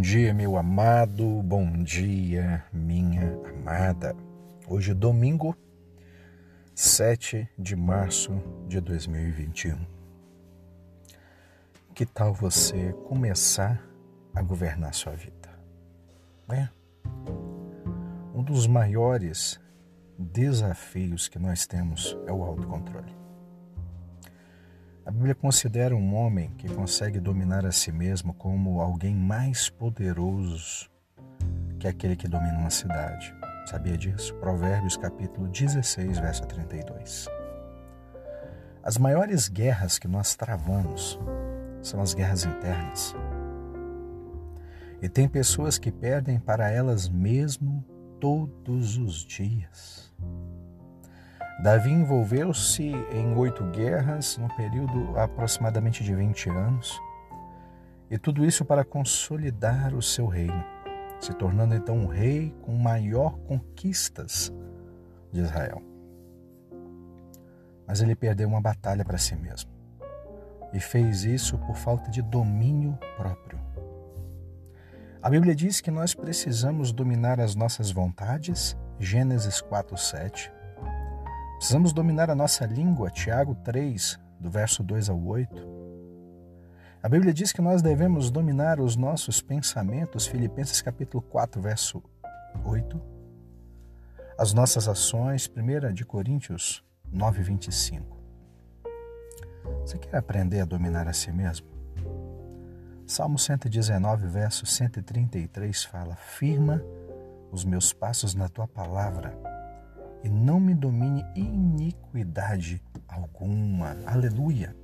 dia, meu amado, bom dia, minha amada. Hoje, domingo, 7 de março de 2021. Que tal você começar a governar sua vida? Um dos maiores desafios que nós temos é o autocontrole. A Bíblia considera um homem que consegue dominar a si mesmo como alguém mais poderoso que aquele que domina uma cidade. Sabia disso? Provérbios capítulo 16, verso 32. As maiores guerras que nós travamos são as guerras internas. E tem pessoas que perdem para elas mesmo todos os dias. Davi envolveu-se em 8 guerras no período aproximadamente de 20 anos, e tudo isso para consolidar o seu reino, se tornando então um rei com maior conquistas de Israel. Mas ele perdeu uma batalha para si mesmo, e fez isso por falta de domínio próprio. A Bíblia diz que nós precisamos dominar as nossas vontades, Gênesis 4:7. Precisamos dominar a nossa língua, Tiago 3, do verso 2 ao 8. A Bíblia diz que nós devemos dominar os nossos pensamentos, Filipenses capítulo 4, verso 8. As nossas ações, 1 de Coríntios 9, 25. Você quer aprender a dominar a si mesmo? Salmo 119, verso 133 fala: firma os meus passos na tua palavra, e não me domine iniquidade alguma. Aleluia!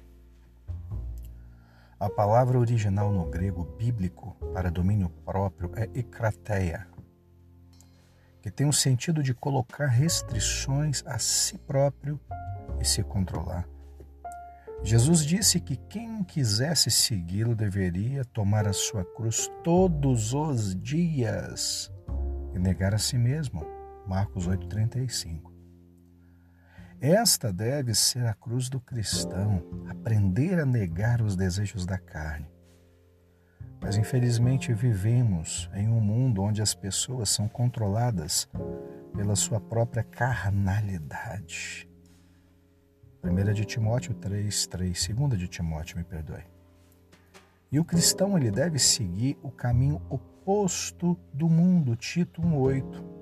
A palavra original no grego bíblico para domínio próprio é ekrateia, que tem o sentido de colocar restrições a si próprio e se controlar. Jesus disse que quem quisesse segui-lo deveria tomar a sua cruz todos os dias e negar a si mesmo. Marcos 8,35. Esta deve ser a cruz do cristão, aprender a negar os desejos da carne. Mas infelizmente vivemos em um mundo onde as pessoas são controladas pela sua própria carnalidade. 1 de Timóteo 3:3, 2 de Timóteo, me perdoe. E o cristão ele deve seguir o caminho oposto do mundo, Tito 1:8.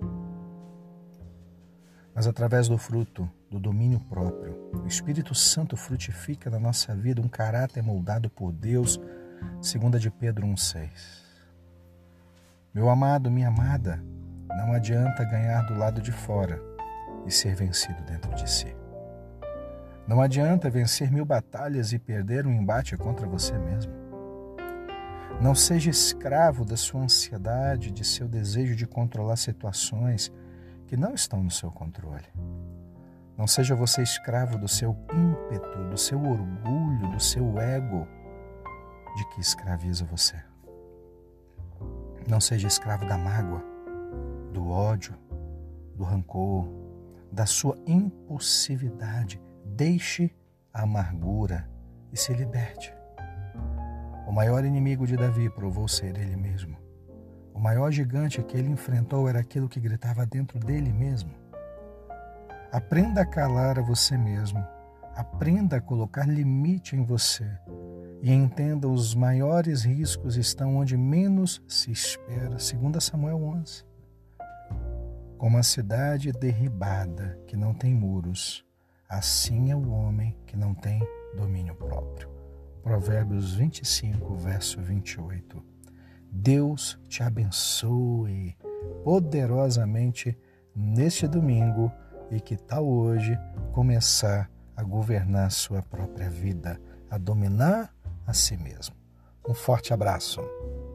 Mas através do fruto, do domínio próprio, o Espírito Santo frutifica na nossa vida um caráter moldado por Deus, 2 de Pedro 1:6. Meu amado, minha amada, não adianta ganhar do lado de fora e ser vencido dentro de si. Não adianta vencer 1000 batalhas e perder um embate contra você mesmo. Não seja escravo da sua ansiedade, de seu desejo de controlar situações que não estão no seu controle. Não seja você escravo do seu ímpeto, do seu orgulho, do seu ego, de que escraviza você. Não seja escravo da mágoa, do ódio, do rancor, da sua impulsividade. Deixe a amargura e se liberte. O maior inimigo de Davi provou ser ele mesmo. O maior gigante que ele enfrentou era aquilo que gritava dentro dele mesmo. Aprenda a calar a você mesmo. Aprenda a colocar limite em você. E entenda, os maiores riscos estão onde menos se espera. 2 Samuel 11. Como a cidade derribada que não tem muros, assim é o homem que não tem domínio próprio. Provérbios 25, verso 28. Deus te abençoe poderosamente neste domingo, e que tal hoje começar a governar sua própria vida, a dominar a si mesmo. Um forte abraço.